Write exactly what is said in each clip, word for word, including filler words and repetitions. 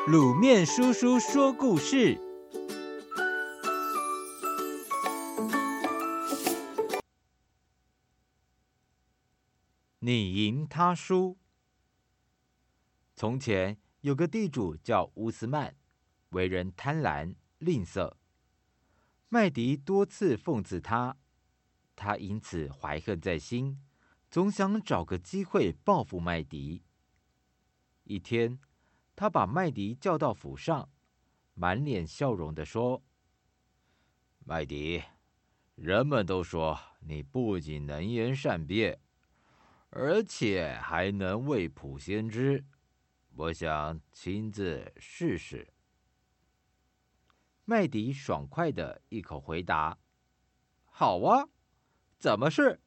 卤面叔叔说故事。你赢他输。从前有个地主叫乌斯曼，为人贪婪吝啬。麦迪多次讽刺他，他因此怀恨在心，总想找个机会报复麦迪。一天，他把麦迪叫到府上，满脸笑容地说：“麦迪，人们都说你不仅能言善辩，而且还能未卜先知，我想亲自试试。”麦迪爽快地一口回答：“好啊，怎么试？”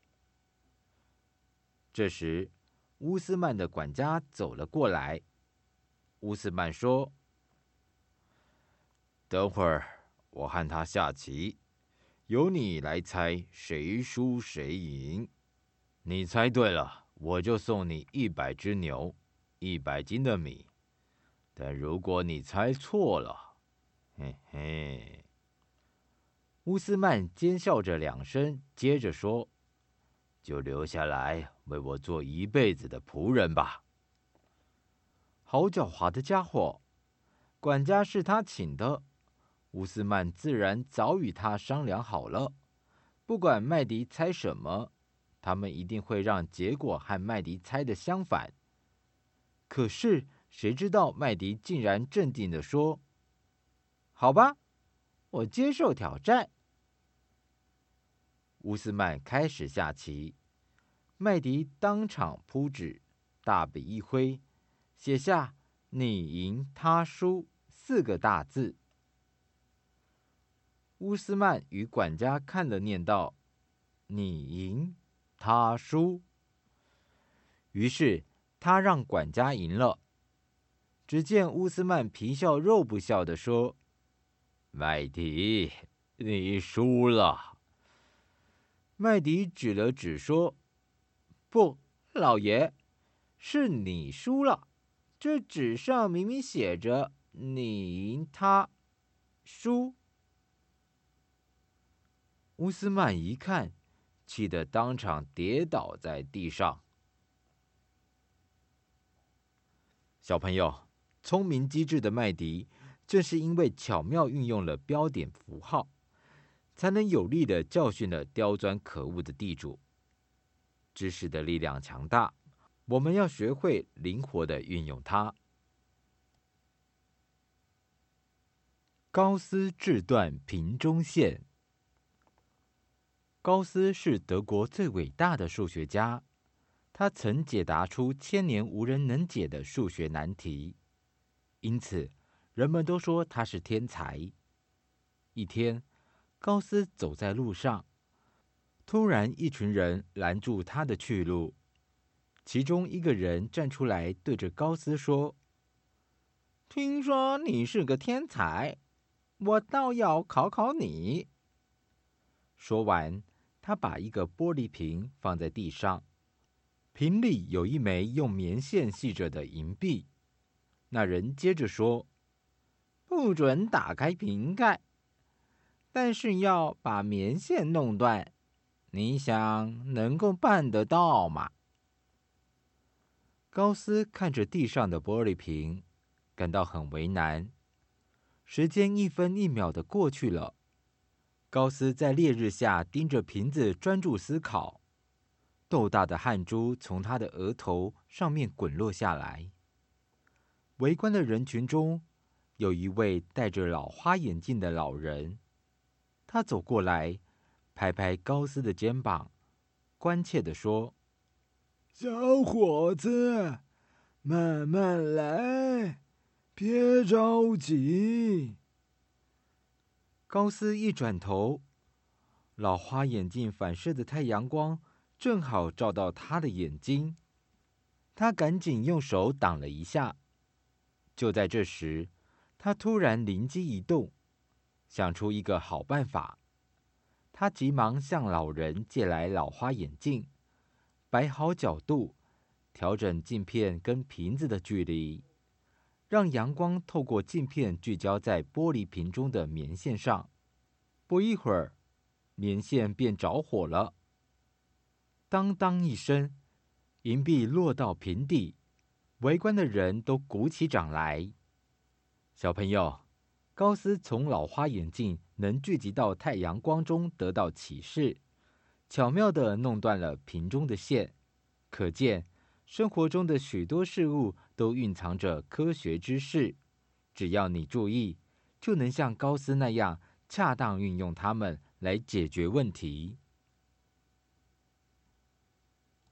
这时，乌斯曼的管家走了过来。乌斯曼说：“等会儿我和他下棋，由你来猜谁输谁赢。你猜对了，我就送你一百只牛，一百斤的米。但如果你猜错了，嘿嘿。”乌斯曼奸笑着两声，接着说：“就留下来为我做一辈子的仆人吧。”好狡猾的家伙！管家是他请的，乌斯曼自然早与他商量好了，不管麦迪猜什么，他们一定会让结果和麦迪猜的相反。可是谁知道麦迪竟然镇定地说：“好吧，我接受挑战。”乌斯曼开始下棋，麦迪当场铺纸，大笔一挥，写下“你赢他输”四个大字。乌斯曼与管家看了，念道：“你赢他输。”于是他让管家赢了。只见乌斯曼皮笑肉不笑地说：“麦迪，你输了。”麦迪指了指说：“不，老爷，是你输了。这纸上明明写着你赢他输。”乌斯曼一看，气得当场跌倒在地上。小朋友，聪明机智的麦迪，正是因为巧妙运用了标点符号，才能有力地教训了刁钻可恶的地主。知识的力量强大，我们要学会灵活地运用它。高斯智断平中线。高斯是德国最伟大的数学家，他曾解答出千年无人能解的数学难题，因此人们都说他是天才。一天，高斯走在路上，突然一群人拦住他的去路。其中一个人站出来，对着高斯说：“听说你是个天才，我倒要考考你。”说完，他把一个玻璃瓶放在地上，瓶里有一枚用棉线系着的银币。那人接着说：“不准打开瓶盖，但是要把棉线弄断，你想能够办得到吗？”高斯看着地上的玻璃瓶，感到很为难。时间一分一秒的过去了，高斯在烈日下盯着瓶子专注思考，豆大的汗珠从他的额头上面滚落下来。围观的人群中，有一位戴着老花眼镜的老人，他走过来，拍拍高斯的肩膀，关切地说：“ 小伙子，慢慢来，别着急。” 高斯一转头，老花眼镜反射的太阳光正好照到他的眼睛，他赶紧用手挡了一下。就在这时，他突然灵机一动，想出一个好办法。他急忙向老人借来老花眼镜，摆好角度，调整镜片跟瓶子的距离， 让阳光透过镜片聚焦在玻璃瓶中的棉线上。不一会儿，棉线便着火了。当当一声，银币落到瓶底，围观的人都鼓起掌来。小朋友，高斯从老花眼镜能聚集到太阳光中得到启示，巧妙地弄断了瓶中的线。可见，生活中的许多事物都蕴藏着科学知识，只要你注意，就能像高斯那样恰当运用它们来解决问题。